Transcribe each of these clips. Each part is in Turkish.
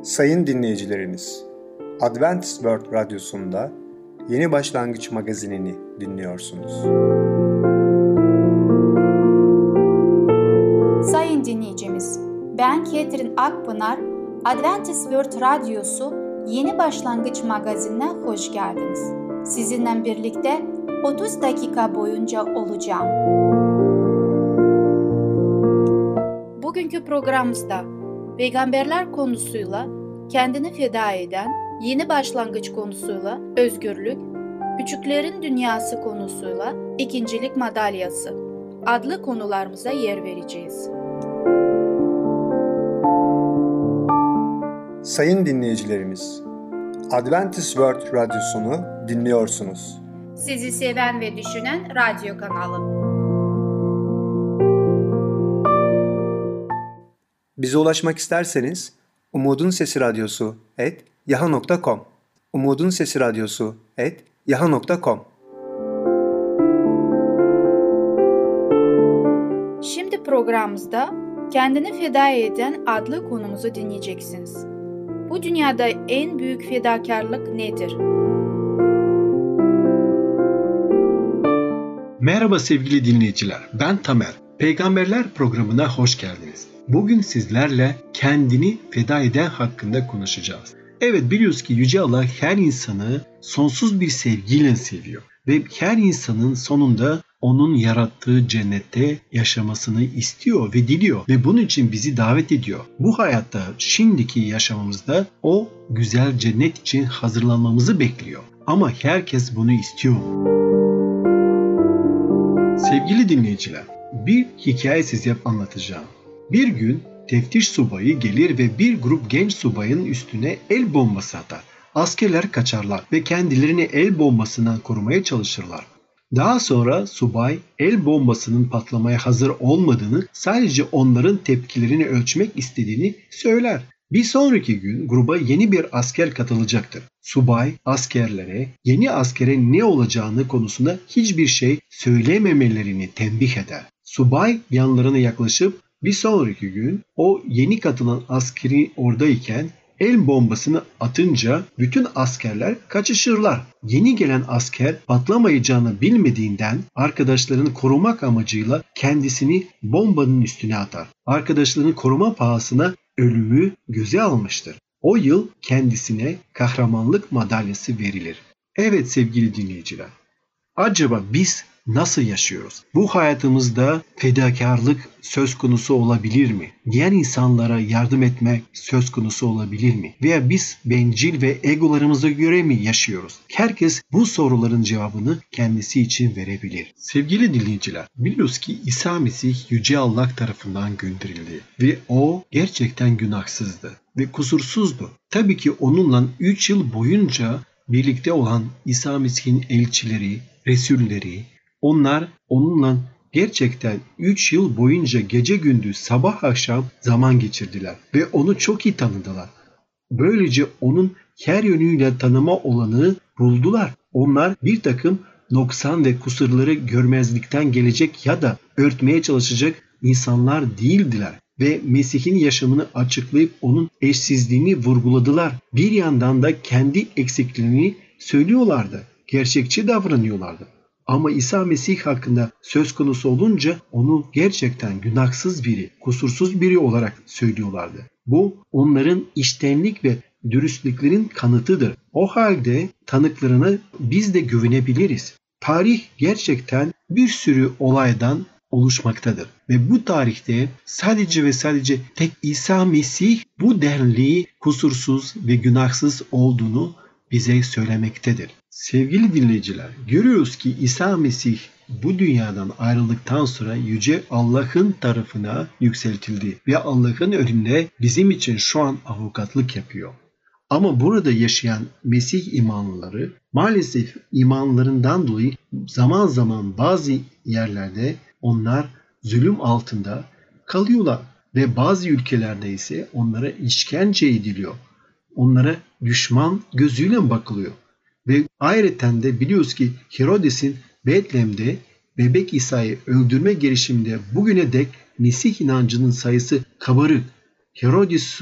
Sayın dinleyicilerimiz, Adventist World Radyosu'nda Yeni Başlangıç magazinini dinliyorsunuz. Sayın dinleyicimiz, ben Ketrin Akpınar, Adventist World Radyosu Yeni Başlangıç magazinine hoş geldiniz. Sizinle birlikte 30 dakika boyunca olacağım. Bugünkü programımızda peygamberler konusuyla kendini feda eden, yeni başlangıç konusuyla özgürlük, küçüklerin dünyası konusuyla ikincilik madalyası adlı konularımıza yer vereceğiz. Sayın dinleyicilerimiz, Adventist World Radyosunu dinliyorsunuz. Sizi seven ve düşünen radyo kanalı. Bize ulaşmak isterseniz umudunsesiradyosu@yahoo.com umudunsesiradyosu@yahoo.com. Şimdi programımızda kendini feda eden adlı konumuzu dinleyeceksiniz. Bu dünyada en büyük fedakarlık nedir? Merhaba sevgili dinleyiciler, ben Tamer. Peygamberler programına hoş geldiniz. Bugün sizlerle kendini feda eden hakkında konuşacağız. Evet, biliyoruz ki Yüce Allah her insanı sonsuz bir sevgiyle seviyor. Ve her insanın sonunda onun yarattığı cennette yaşamasını istiyor ve diliyor. Ve bunun için bizi davet ediyor. Bu hayatta, şimdiki yaşamımızda o güzel cennet için hazırlanmamızı bekliyor. Ama herkes bunu istiyor. Sevgili dinleyiciler, bir hikaye size anlatacağım. Bir gün teftiş subayı gelir ve bir grup genç subayın üstüne el bombası atar. Askerler kaçarlar ve kendilerini el bombasından korumaya çalışırlar. Daha sonra subay el bombasının patlamaya hazır olmadığını, sadece onların tepkilerini ölçmek istediğini söyler. Bir sonraki gün gruba yeni bir asker katılacaktır. Subay askerlere yeni askere ne olacağını konusunda hiçbir şey söylememelerini tembih eder. Subay yanlarına yaklaşıp bir sonraki gün o yeni katılan askeri oradayken el bombasını atınca bütün askerler kaçışırlar. Yeni gelen asker patlamayacağını bilmediğinden arkadaşlarını korumak amacıyla kendisini bombanın üstüne atar. Arkadaşlarını koruma pahasına ölümü göze almıştır. O yıl kendisine kahramanlık madalyası verilir. Evet sevgili dinleyiciler, acaba biz nasıl yaşıyoruz? Bu hayatımızda fedakarlık söz konusu olabilir mi? Diğer insanlara yardım etmek söz konusu olabilir mi? Veya biz bencil ve egolarımıza göre mi yaşıyoruz? Herkes bu soruların cevabını kendisi için verebilir. Sevgili dinleyiciler, biliyoruz ki İsa Mesih Yüce Allah tarafından gönderildi ve o gerçekten günahsızdı ve kusursuzdu. Tabii ki onunla 3 yıl boyunca birlikte olan İsa Mesih'in elçileri, Resulleri, onlar onunla gerçekten 3 yıl boyunca gece gündüz sabah akşam zaman geçirdiler ve onu çok iyi tanıdılar. Böylece onun her yönüyle tanıma olanı buldular. Onlar bir takım noksan ve kusurları görmezlikten gelecek ya da örtmeye çalışacak insanlar değildiler. Ve Mesih'in yaşamını açıklayıp onun eşsizliğini vurguladılar. Bir yandan da kendi eksikliğini söylüyorlardı. Gerçekçi davranıyorlardı. Ama İsa Mesih hakkında söz konusu olunca onu gerçekten günahsız biri, kusursuz biri olarak söylüyorlardı. Bu onların içtenlik ve dürüstlüklerin kanıtıdır. O halde tanıklarına biz de güvenebiliriz. Tarih gerçekten bir sürü olaydan oluşmaktadır. Ve bu tarihte sadece ve sadece tek İsa Mesih bu denli kusursuz ve günahsız olduğunu bize söylemektedir. Sevgili dinleyiciler, görüyoruz ki İsa Mesih bu dünyadan ayrıldıktan sonra Yüce Allah'ın tarafına yükseltildi ve Allah'ın önünde bizim için şu an avukatlık yapıyor. Ama burada yaşayan Mesih imanlıları maalesef imanlarından dolayı zaman zaman bazı yerlerde onlar zulüm altında kalıyorlar ve bazı ülkelerde ise onlara işkence ediliyor. Onlara düşman gözüyle bakılıyor. Ve ayrıca de biliyoruz ki Herodes'in Betlehem'de bebek İsa'yı öldürme girişiminde bugüne dek Mesih inancının sayısı kabarık. Herodes'u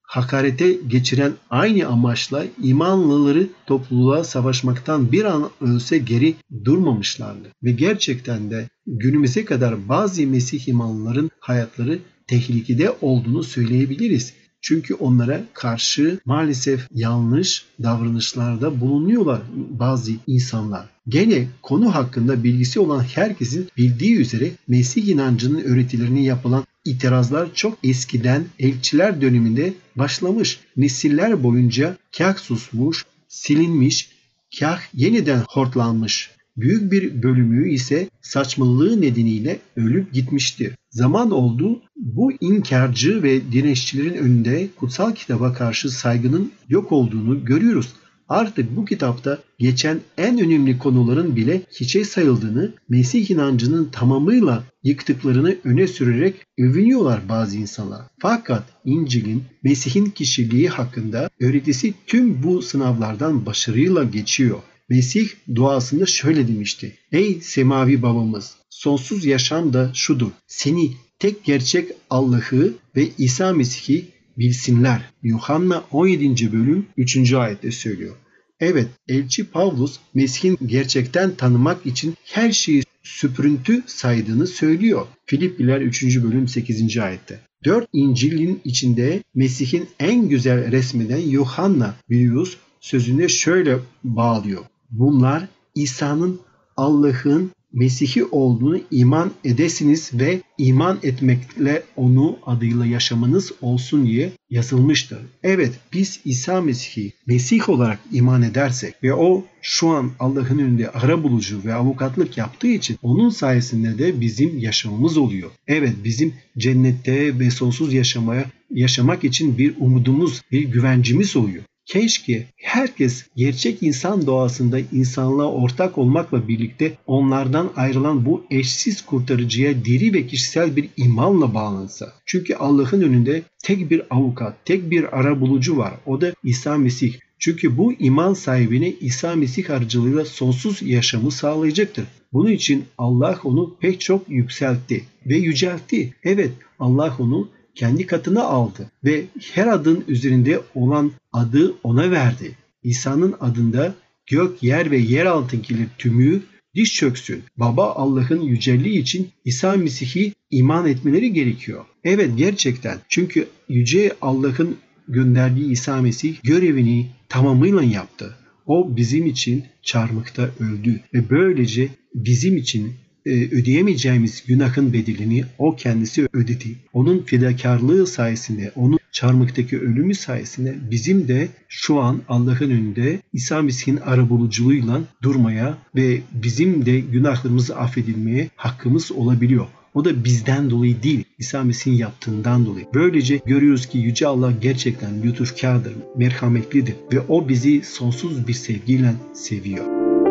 hakarete geçiren aynı amaçla imanlıları topluluğa savaşmaktan bir an ölse geri durmamışlardı. Ve gerçekten de günümüze kadar bazı Mesih imanlıların hayatları tehlikede olduğunu söyleyebiliriz. Çünkü onlara karşı maalesef yanlış davranışlarda bulunuyorlar bazı insanlar. Gene konu hakkında bilgisi olan herkesin bildiği üzere Mesih inancının öğretilerine yapılan itirazlar çok eskiden elçiler döneminde başlamış. Nesiller boyunca kah susmuş, silinmiş, kah yeniden hortlanmış. Büyük bir bölümü ise saçmalığı nedeniyle ölüp gitmiştir. Zaman oldu, bu inkarcı ve direnişçilerin önünde kutsal kitaba karşı saygının yok olduğunu görüyoruz. Artık bu kitapta geçen en önemli konuların bile hiçe sayıldığını, Mesih inancının tamamıyla yıktıklarını öne sürerek övünüyorlar bazı insanlar. Fakat İncil'in Mesih'in kişiliği hakkında öğretisi tüm bu sınavlardan başarıyla geçiyor. Mesih duasında şöyle demişti: Ey semavi babamız, sonsuz yaşam da şudur: seni tek gerçek Allah'ı ve İsa Mesih'i bilsinler. Yuhanna 17. bölüm 3. ayette söylüyor. Evet, elçi Pavlus Mesih'in gerçekten tanımak için her şeyi süprüntü saydığını söylüyor. Filipliler 3. bölüm 8. ayette. 4 İncil'in içinde Mesih'in en güzel resmeden Yuhanna biliyoruz sözüne şöyle bağlıyor: bunlar İsa'nın Allah'ın Mesih'i olduğunu iman edesiniz ve iman etmekle onu adıyla yaşamanız olsun diye yazılmıştır. Evet, biz İsa Mesih'i Mesih olarak iman edersek ve o şu an Allah'ın önünde arabulucu ve avukatlık yaptığı için onun sayesinde de bizim yaşamımız oluyor. Evet, bizim cennette ve sonsuz yaşamak için bir umudumuz, bir güvencimiz oluyor. Keşke herkes gerçek insan doğasında insanlığa ortak olmakla birlikte onlardan ayrılan bu eşsiz kurtarıcıya diri ve kişisel bir imanla bağlansa. Çünkü Allah'ın önünde tek bir avukat, tek bir arabulucu var. O da İsa Mesih. Çünkü bu iman sahibine İsa Mesih aracılığıyla sonsuz yaşamı sağlayacaktır. Bunun için Allah onu pek çok yükseltti ve yüceltti. Evet, Allah onu kendi katına aldı ve her adın üzerinde olan adı ona verdi. İsa'nın adında gök, yer ve yer altındakiler tümü diş çöksün. Baba Allah'ın yücelliği için İsa Mesih'i iman etmeleri gerekiyor. Evet, gerçekten. Çünkü yüce Allah'ın gönderdiği İsa Mesih görevini tamamıyla yaptı. O bizim için çarmıhta öldü ve böylece bizim için ödeyemeyeceğimiz günahın bedelini o kendisi ödedi. Onun fedakarlığı sayesinde, onun çarmıhtaki ölümü sayesinde bizim de şu an Allah'ın önünde İsa Mesih'in arabuluculuğuyla durmaya ve bizim de günahlarımızı affedilmeye hakkımız olabiliyor. O da bizden dolayı değil, İsa Mesih'in yaptığından dolayı. Böylece görüyoruz ki Yüce Allah gerçekten lütufkardır, merhametlidir ve o bizi sonsuz bir sevgiyle seviyor.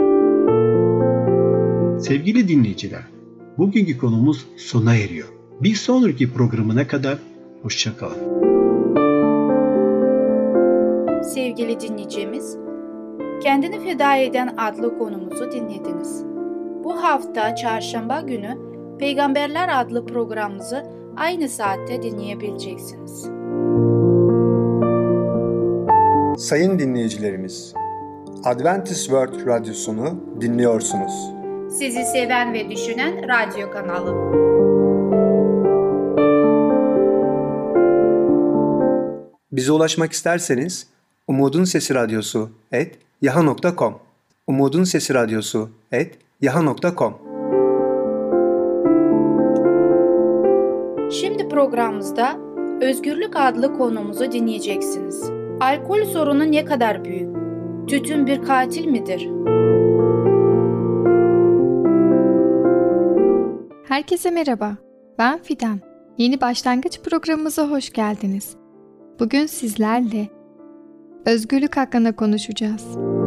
Sevgili dinleyiciler, bugünkü konumuz sona eriyor. Bir sonraki programına kadar hoşça kalın. Sevgili dinleyicimiz, Kendini Feda Eden adlı konumuzu dinlediniz. Bu hafta çarşamba günü Peygamberler adlı programımızı aynı saatte dinleyebileceksiniz. Sayın dinleyicilerimiz, Adventist World Radyosunu dinliyorsunuz. Sizi seven ve düşünen radyo kanalı. Bize ulaşmak isterseniz umudunsesiradyosu@yahoo.com umudunsesiradyosu@yahoo.com. Şimdi programımızda Özgürlük adlı konumuzu dinleyeceksiniz. Alkol sorunu ne kadar büyük? Tütün bir katil midir? Herkese merhaba, ben Fidan. Yeni başlangıç programımıza hoş geldiniz. Bugün sizlerle özgürlük hakkında konuşacağız.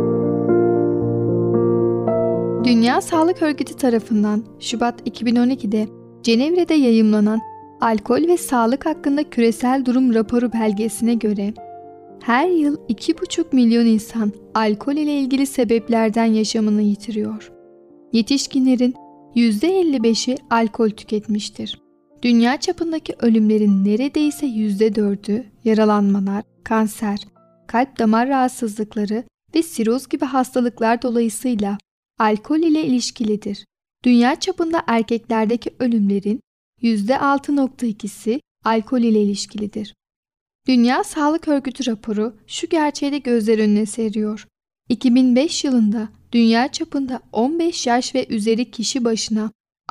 Dünya Sağlık Örgütü tarafından Şubat 2012'de Cenevre'de yayımlanan Alkol ve Sağlık Hakkında Küresel Durum Raporu belgesine göre her yıl 2,5 milyon insan alkol ile ilgili sebeplerden yaşamını yitiriyor. Yetişkinlerin %55'i alkol tüketmiştir. Dünya çapındaki ölümlerin neredeyse %4'ü yaralanmalar, kanser, kalp damar rahatsızlıkları ve siroz gibi hastalıklar dolayısıyla alkol ile ilişkilidir. Dünya çapında erkeklerdeki ölümlerin %6.2'si alkol ile ilişkilidir. Dünya Sağlık Örgütü raporu şu gerçeği de gözler önüne seriyor. 2005 yılında dünya çapında 15 yaş ve üzeri kişi başına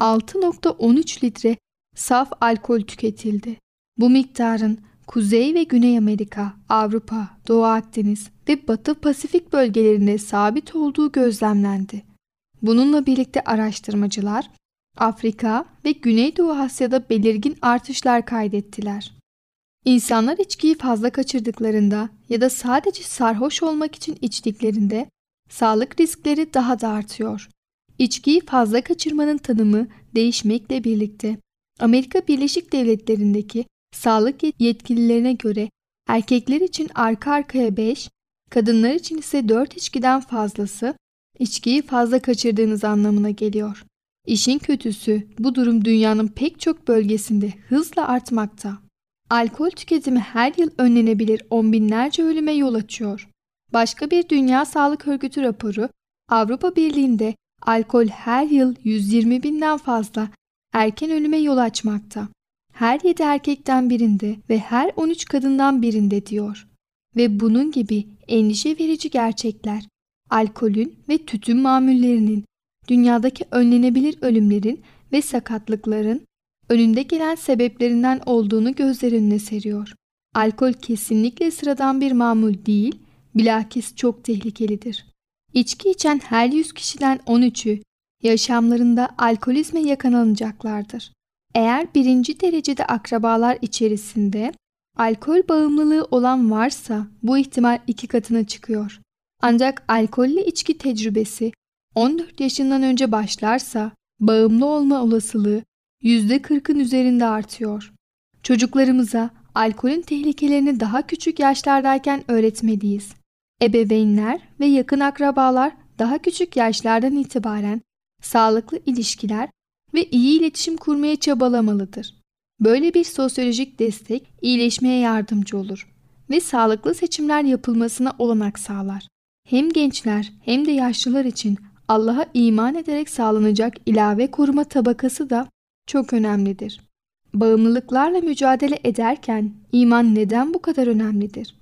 6.13 litre saf alkol tüketildi. Bu miktarın Kuzey ve Güney Amerika, Avrupa, Doğu Akdeniz ve Batı Pasifik bölgelerinde sabit olduğu gözlemlendi. Bununla birlikte araştırmacılar Afrika ve Güneydoğu Asya'da belirgin artışlar kaydettiler. İnsanlar içkiyi fazla kaçırdıklarında ya da sadece sarhoş olmak için içtiklerinde sağlık riskleri daha da artıyor. İçkiyi fazla kaçırmanın tanımı değişmekle birlikte Amerika Birleşik Devletleri'ndeki sağlık yetkililerine göre erkekler için arka arkaya 5, kadınlar için ise 4 içkiden fazlası içkiyi fazla kaçırdığınız anlamına geliyor. İşin kötüsü bu durum dünyanın pek çok bölgesinde hızla artmakta. Alkol tüketimi her yıl önlenebilir on binlerce ölüme yol açıyor. Başka bir Dünya Sağlık Örgütü raporu Avrupa Birliği'nde alkol her yıl 120 binden fazla erken ölüme yol açmakta. Her 7 erkekten birinde ve her 13 kadından birinde diyor. Ve bunun gibi endişe verici gerçekler, alkolün ve tütün mamullerinin, dünyadaki önlenebilir ölümlerin ve sakatlıkların önünde gelen sebeplerinden olduğunu gözler önüne seriyor. Alkol kesinlikle sıradan bir mamul değil, bilakis çok tehlikelidir. İçki içen her 100 kişiden 13'ü yaşamlarında alkolizme yakalanacaklardır. Eğer birinci derecede akrabalar içerisinde alkol bağımlılığı olan varsa bu ihtimal 2 katına çıkıyor. Ancak alkollü içki tecrübesi 14 yaşından önce başlarsa bağımlı olma olasılığı %40'ın üzerinde artıyor. Çocuklarımıza alkolün tehlikelerini daha küçük yaşlardayken öğretmeliyiz. Ebeveynler ve yakın akrabalar daha küçük yaşlardan itibaren sağlıklı ilişkiler ve iyi iletişim kurmaya çabalamalıdır. Böyle bir sosyolojik destek iyileşmeye yardımcı olur ve sağlıklı seçimler yapılmasına olanak sağlar. Hem gençler hem de yaşlılar için Allah'a iman ederek sağlanacak ilave koruma tabakası da çok önemlidir. Bağımlılıklarla mücadele ederken iman neden bu kadar önemlidir?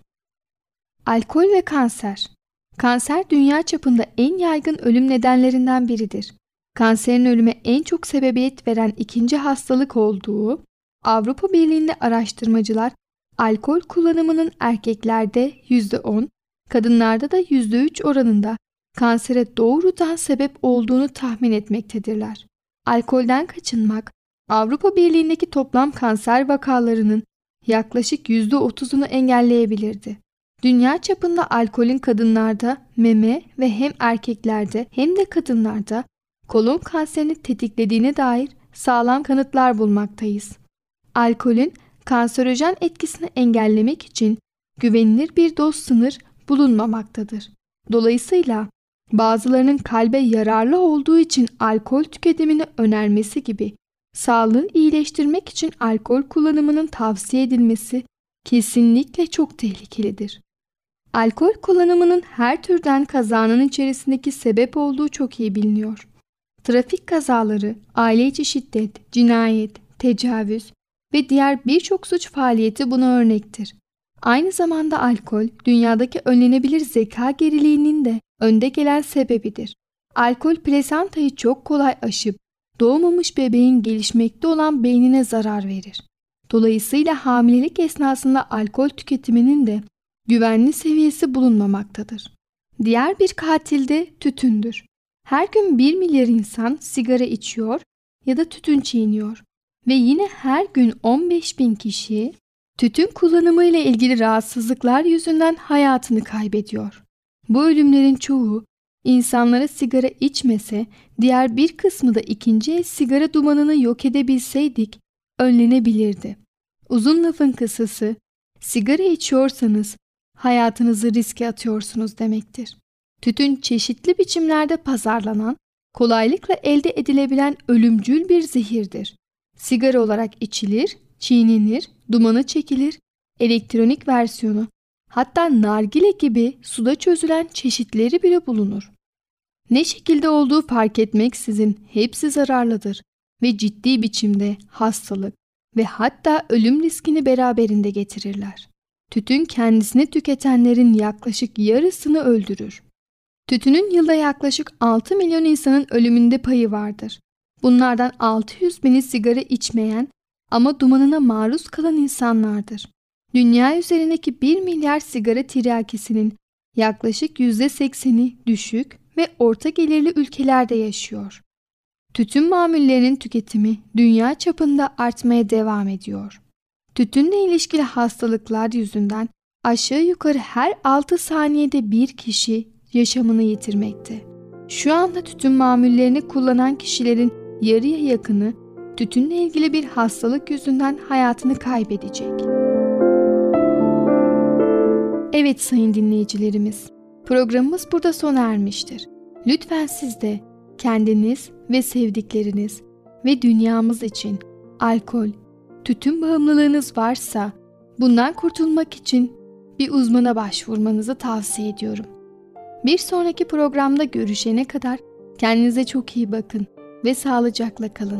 Alkol ve kanser. Kanser dünya çapında en yaygın ölüm nedenlerinden biridir. Kanserin ölüme en çok sebebiyet veren ikinci hastalık olduğu, Avrupa Birliği'nde araştırmacılar alkol kullanımının erkeklerde %10, kadınlarda da %3 oranında kansere doğrudan sebep olduğunu tahmin etmektedirler. Alkolden kaçınmak, Avrupa Birliği'ndeki toplam kanser vakalarının yaklaşık %30'unu engelleyebilirdi. Dünya çapında alkolün kadınlarda meme ve hem erkeklerde hem de kadınlarda kolon kanserini tetiklediğine dair sağlam kanıtlar bulmaktayız. Alkolün kanserojen etkisini engellemek için güvenilir bir doz sınır bulunmamaktadır. Dolayısıyla bazılarının kalbe yararlı olduğu için alkol tüketimini önermesi gibi sağlığı iyileştirmek için alkol kullanımının tavsiye edilmesi kesinlikle çok tehlikelidir. Alkol kullanımının her türden kazanın içerisindeki sebep olduğu çok iyi biliniyor. Trafik kazaları, aile içi şiddet, cinayet, tecavüz ve diğer birçok suç faaliyeti buna örnektir. Aynı zamanda alkol, dünyadaki önlenebilir zeka geriliğinin de önde gelen sebebidir. Alkol plasantayı çok kolay aşıp doğmamış bebeğin gelişmekte olan beynine zarar verir. Dolayısıyla hamilelik esnasında alkol tüketiminin de güvenli seviyesi bulunmamaktadır. Diğer bir katil de tütündür. Her gün 1 milyar insan sigara içiyor ya da tütün çiğniyor ve yine her gün 15.000 kişi tütün kullanımı ile ilgili rahatsızlıklar yüzünden hayatını kaybediyor. Bu ölümlerin çoğu insanlara sigara içmese, diğer bir kısmı da ikinci el sigara dumanını yok edebilseydik önlenebilirdi. Uzun lafın kısası, sigara içiyorsanız hayatınızı riske atıyorsunuz demektir. Tütün çeşitli biçimlerde pazarlanan, kolaylıkla elde edilebilen ölümcül bir zehirdir. Sigara olarak içilir, çiğnenir, dumanı çekilir, elektronik versiyonu, hatta nargile gibi suda çözülen çeşitleri bile bulunur. Ne şekilde olduğu fark etmeksizin hepsi zararlıdır ve ciddi biçimde hastalık ve hatta ölüm riskini beraberinde getirirler. Tütün kendisini tüketenlerin yaklaşık yarısını öldürür. Tütünün yılda yaklaşık 6 milyon insanın ölümünde payı vardır. Bunlardan 600 bini sigara içmeyen ama dumanına maruz kalan insanlardır. Dünya üzerindeki 1 milyar sigara tiryakisinin yaklaşık %80'i düşük ve orta gelirli ülkelerde yaşıyor. Tütün mamullerinin tüketimi dünya çapında artmaya devam ediyor. Tütünle ilişkili hastalıklar yüzünden aşağı yukarı her 6 saniyede bir kişi yaşamını yitirmekte. Şu anda tütün mamullerini kullanan kişilerin yarıya yakını tütünle ilgili bir hastalık yüzünden hayatını kaybedecek. Evet sayın dinleyicilerimiz, programımız burada sona ermiştir. Lütfen siz de kendiniz ve sevdikleriniz ve dünyamız için alkol, tütün bağımlılığınız varsa bundan kurtulmak için bir uzmana başvurmanızı tavsiye ediyorum. Bir sonraki programda görüşene kadar kendinize çok iyi bakın ve sağlıcakla kalın.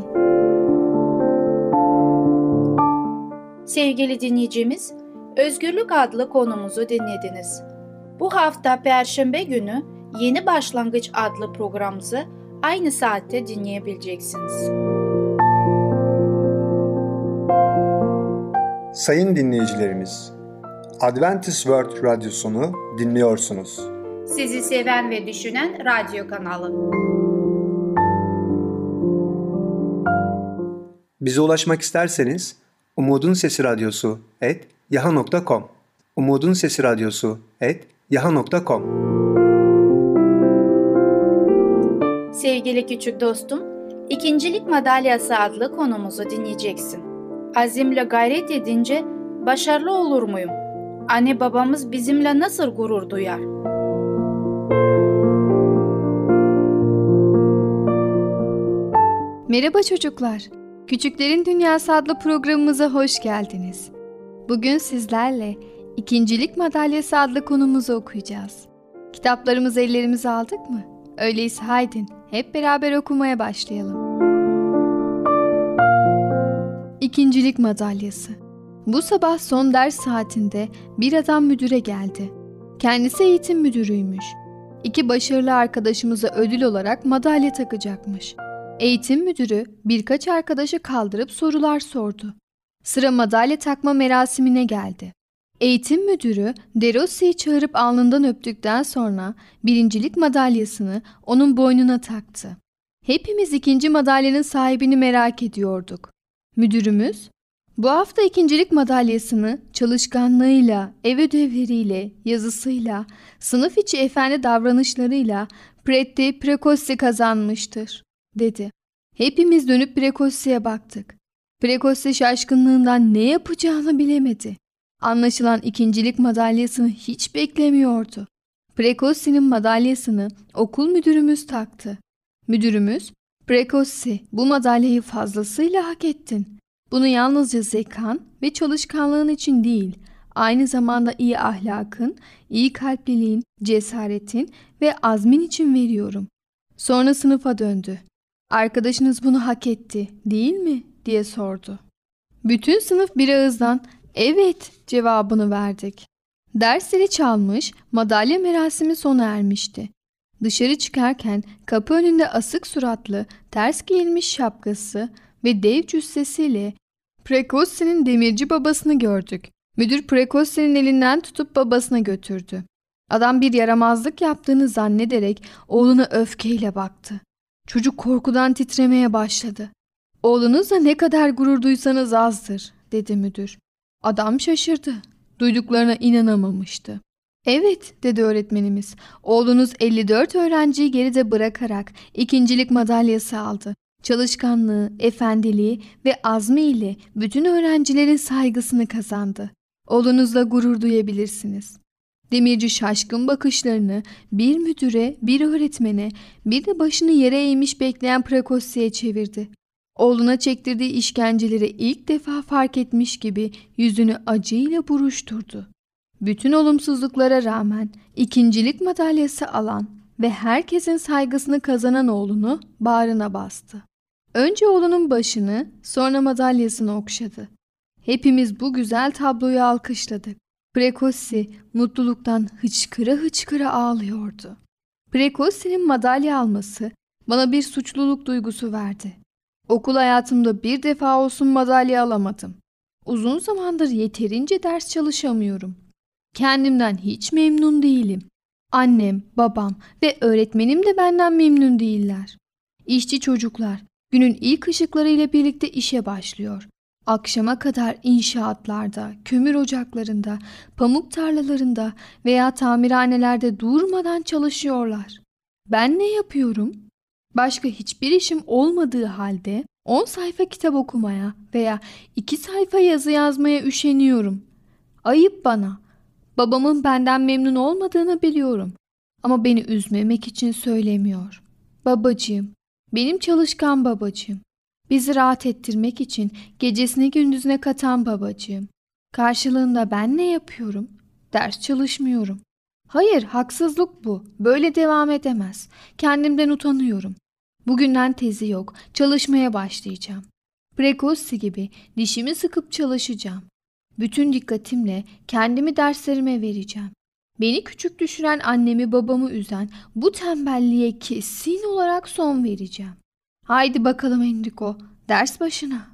Sevgili dinleyicimiz, Özgürlük adlı konumuzu dinlediniz. Bu hafta Perşembe günü Yeni Başlangıç adlı programımızı aynı saatte dinleyebileceksiniz. Sayın dinleyicilerimiz, Adventist World Radyosunu dinliyorsunuz. Sizi seven ve düşünen radyo kanalı. Bize ulaşmak isterseniz umudunsesiradyosu@yahoo.com umudunsesiradyosu@yahoo.com. Sevgili küçük dostum, İkincilik Madalyası adlı konumuzu dinleyeceksin. Azimle gayret edince başarılı olur muyum? Anne babamız bizimle nasıl gurur duyar? Merhaba çocuklar. Küçüklerin Dünyası adlı programımıza hoş geldiniz. Bugün sizlerle İkincilik Madalyası adlı konumuzu okuyacağız. Kitaplarımızı ellerimize aldık mı? Öyleyse haydin hep beraber okumaya başlayalım. İkincilik Madalyası. Bu sabah son ders saatinde bir adam müdüre geldi. Kendisi eğitim müdürüymüş. 2 başarılı arkadaşımıza ödül olarak madalya takacakmış. Eğitim müdürü birkaç arkadaşı kaldırıp sorular sordu. Sıra madalya takma merasimine geldi. Eğitim müdürü Derossi'yi çağırıp alnından öptükten sonra birincilik madalyasını onun boynuna taktı. Hepimiz ikinci madalyanın sahibini merak ediyorduk. Müdürümüz, bu hafta ikincilik madalyasını çalışkanlığıyla, ev ödevleriyle, yazısıyla, sınıf içi efendi davranışlarıyla Preti Precossi kazanmıştır, dedi. Hepimiz dönüp Precossi'ye baktık. Precossi şaşkınlığından ne yapacağını bilemedi. Anlaşılan ikincilik madalyasını hiç beklemiyordu. Precossi'nin madalyasını okul müdürümüz taktı. Müdürümüz, Precossi, bu madalyayı fazlasıyla hak ettin. Bunu yalnızca zekan ve çalışkanlığın için değil, aynı zamanda iyi ahlakın, iyi kalpliliğin, cesaretin ve azmin için veriyorum. Sonra sınıfa döndü. Arkadaşınız bunu hak etti, değil mi? Diye sordu. Bütün sınıf bir ağızdan evet cevabını verdik. Dersleri çalmış, madalya merasimi sona ermişti. Dışarı çıkarken kapı önünde asık suratlı, ters giyilmiş şapkası ve dev cüssesiyle Precossi'nin demirci babasını gördük. Müdür Precossi'nin elinden tutup babasına götürdü. Adam bir yaramazlık yaptığını zannederek oğluna öfkeyle baktı. Çocuk korkudan titremeye başladı. Oğlunuzla ne kadar gurur duysanız azdır, dedi müdür. Adam şaşırdı. Duyduklarına inanamamıştı. Evet, dedi öğretmenimiz. Oğlunuz 54 öğrenciyi geride bırakarak ikincilik madalyası aldı. Çalışkanlığı, efendiliği ve azmi ile bütün öğrencilerin saygısını kazandı. Oğlunuzla gurur duyabilirsiniz. Demirci şaşkın bakışlarını bir müdüre, bir öğretmene, bir de başını yere eğmiş bekleyen Precossi'ye çevirdi. Oğluna çektirdiği işkenceleri ilk defa fark etmiş gibi yüzünü acıyla buruşturdu. Bütün olumsuzluklara rağmen ikincilik madalyası alan ve herkesin saygısını kazanan oğlunu bağrına bastı. Önce oğlunun başını, sonra madalyasını okşadı. Hepimiz bu güzel tabloyu alkışladık. Precossi mutluluktan hıçkıra hıçkıra ağlıyordu. Precossi'nin madalya alması bana bir suçluluk duygusu verdi. Okul hayatımda bir defa olsun madalya alamadım. Uzun zamandır yeterince ders çalışamıyorum. Kendimden hiç memnun değilim. Annem, babam ve öğretmenim de benden memnun değiller. İşçi çocuklar günün ilk ışıklarıyla birlikte işe başlıyor. Akşama kadar inşaatlarda, kömür ocaklarında, pamuk tarlalarında veya tamirhanelerde durmadan çalışıyorlar. Ben ne yapıyorum? Başka hiçbir işim olmadığı halde 10 sayfa kitap okumaya veya 2 sayfa yazı yazmaya üşeniyorum. Ayıp bana. Babamın benden memnun olmadığını biliyorum. Ama beni üzmemek için söylemiyor. Babacığım, benim çalışkan babacığım. Bizi rahat ettirmek için gecesini gündüzüne katan babacığım. Karşılığında ben ne yapıyorum? Ders çalışmıyorum. Hayır, haksızlık bu. Böyle devam edemez. Kendimden utanıyorum. Bugünden tezi yok. Çalışmaya başlayacağım. Precossi gibi dişimi sıkıp çalışacağım. Bütün dikkatimle kendimi derslerime vereceğim. Beni küçük düşüren annemi babamı üzen bu tembelliğe kesin olarak son vereceğim. Haydi bakalım Enrico, ders başına.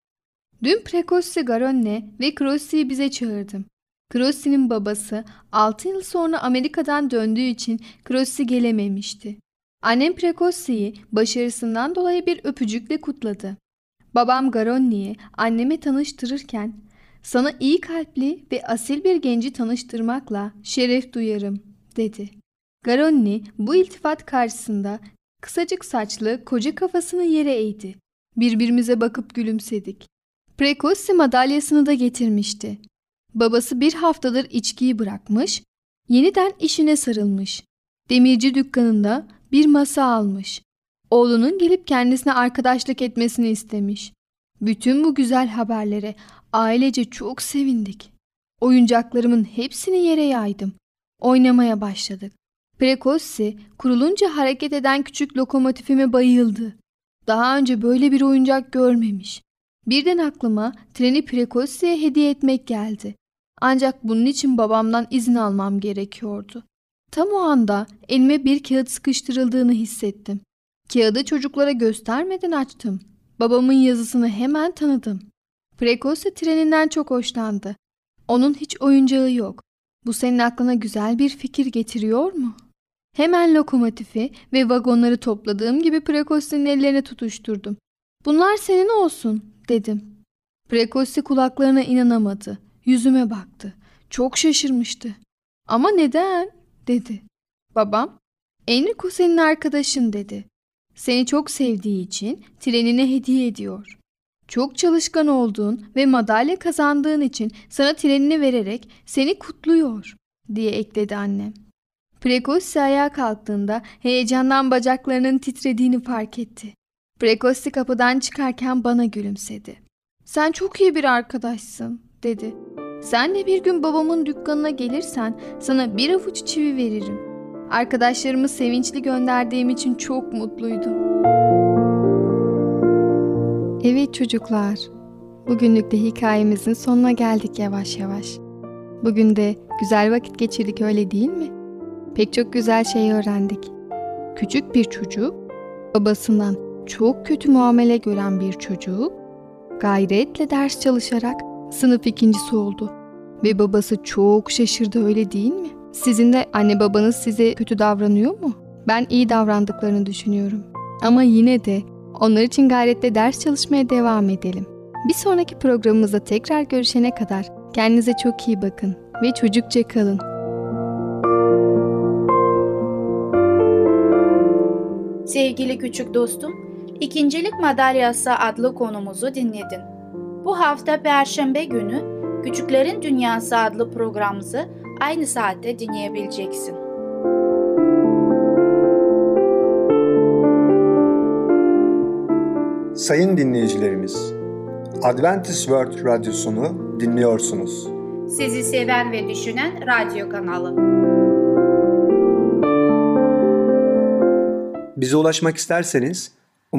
Dün Precossi Garone ve Crossi'yi bize çağırdım. Crossi'nin babası 6 yıl sonra Amerika'dan döndüğü için Crossi gelememişti. Annem Precossi'yi başarısından dolayı bir öpücükle kutladı. Babam Garonni'yi anneme tanıştırırken, "Sana iyi kalpli ve asil bir genci tanıştırmakla şeref duyarım," dedi. Garonni bu iltifat karşısında kısacık saçlı koca kafasını yere eğdi. Birbirimize bakıp gülümsedik. Precossi madalyasını da getirmişti. Babası bir haftadır içkiyi bırakmış, yeniden işine sarılmış. Demirci dükkanında bir masa almış. Oğlunun gelip kendisine arkadaşlık etmesini istemiş. Bütün bu güzel haberlere ailece çok sevindik. Oyuncaklarımın hepsini yere yaydım. Oynamaya başladık. Precossi kurulunca hareket eden küçük lokomotifime bayıldı. Daha önce böyle bir oyuncak görmemiş. Birden aklıma treni Precossi'ye hediye etmek geldi. Ancak bunun için babamdan izin almam gerekiyordu. Tam o anda elime bir kağıt sıkıştırıldığını hissettim. Kağıdı çocuklara göstermeden açtım. Babamın yazısını hemen tanıdım. Precossi treninden çok hoşlandı. Onun hiç oyuncağı yok. Bu senin aklına güzel bir fikir getiriyor mu? Hemen lokomotifi ve vagonları topladığım gibi Precossi'nin ellerine tutuşturdum. "Bunlar senin olsun," dedim. Precossi kulaklarına inanamadı. Yüzüme baktı. Çok şaşırmıştı. "Ama neden?" dedi. Babam, "Enrico senin arkadaşın," dedi. "Seni çok sevdiği için trenine hediye ediyor. Çok çalışkan olduğun ve madalya kazandığın için sana trenini vererek seni kutluyor," diye ekledi annem. Precossi ayağa kalktığında heyecandan bacaklarının titrediğini fark etti. Precossi kapıdan çıkarken bana gülümsedi. "Sen çok iyi bir arkadaşsın," dedi. "Sen de bir gün babamın dükkanına gelirsen sana bir avuç çivi veririm." Arkadaşlarımı sevinçli gönderdiğim için çok mutluydum. Evet çocuklar, bugünlük de hikayemizin sonuna geldik yavaş yavaş. Bugün de güzel vakit geçirdik, öyle değil mi? Pek çok güzel şey öğrendik. Küçük bir çocuk, babasından çok kötü muamele gören bir çocuk, gayretle ders çalışarak sınıf ikincisi oldu. Ve babası çok şaşırdı, öyle değil mi? Sizin de anne babanız size kötü davranıyor mu? Ben iyi davrandıklarını düşünüyorum. Ama yine de onlar için gayretle ders çalışmaya devam edelim. Bir sonraki programımızda tekrar görüşene kadar kendinize çok iyi bakın ve çocukça kalın. Sevgili küçük dostum, İkincilik Madalyası adlı konumuzu dinledin. Bu hafta Perşembe günü Küçüklerin Dünyası adlı programımızı aynı saatte dinleyebileceksin. Sayın dinleyicilerimiz, Adventist World Radyosunu dinliyorsunuz. Sizi seven ve düşünen radyo kanalı. Bize ulaşmak isterseniz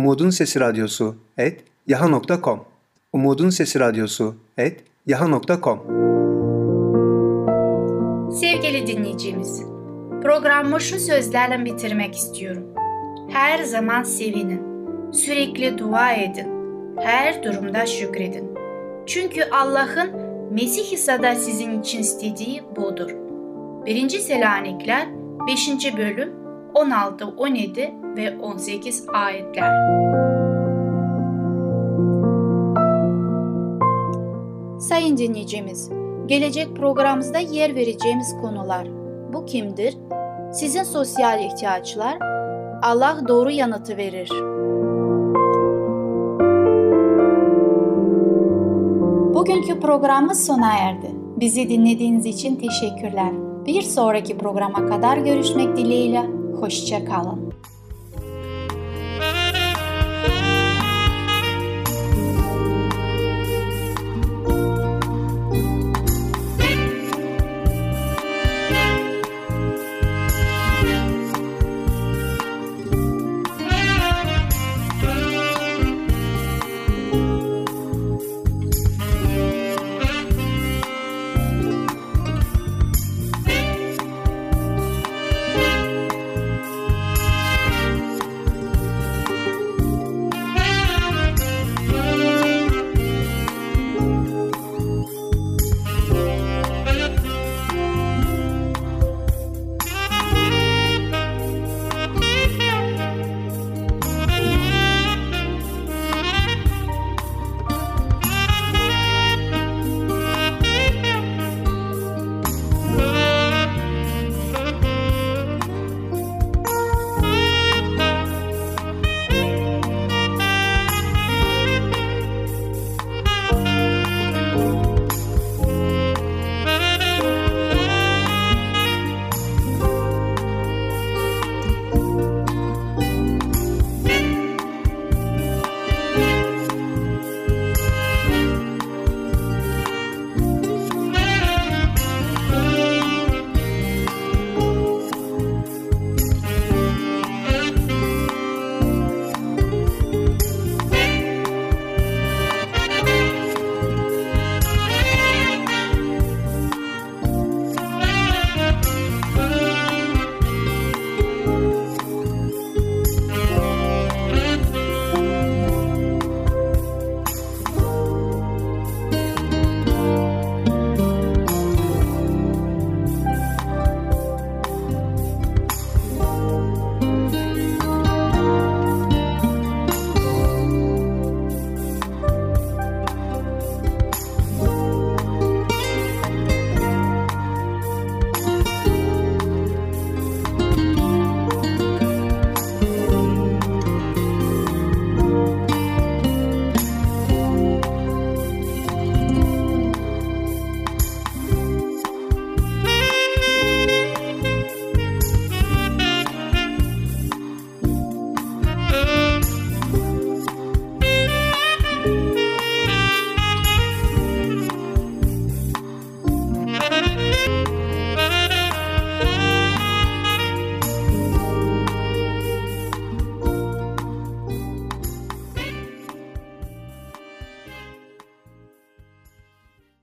umudunsesiradyosu@yahoo.com umudunsesiradyosu@yahoo.com. Sevgili dinleyicimiz, programı şu sözlerle bitirmek istiyorum. Her zaman sevinin, sürekli dua edin, her durumda şükredin. Çünkü Allah'ın Mesih İsa'da sizin için istediği budur. 1. Selanikler 5. bölüm 16, 17 ve 18 ayetler. Sayın dinleyicimiz, gelecek programımızda yer vereceğimiz konular: bu kimdir? Sizin sosyal ihtiyaçlar? Allah doğru yanıtı verir. Bugünkü programımız sona erdi. Bizi dinlediğiniz için teşekkürler. Bir sonraki programa kadar görüşmek dileğiyle. Hoşça kalın.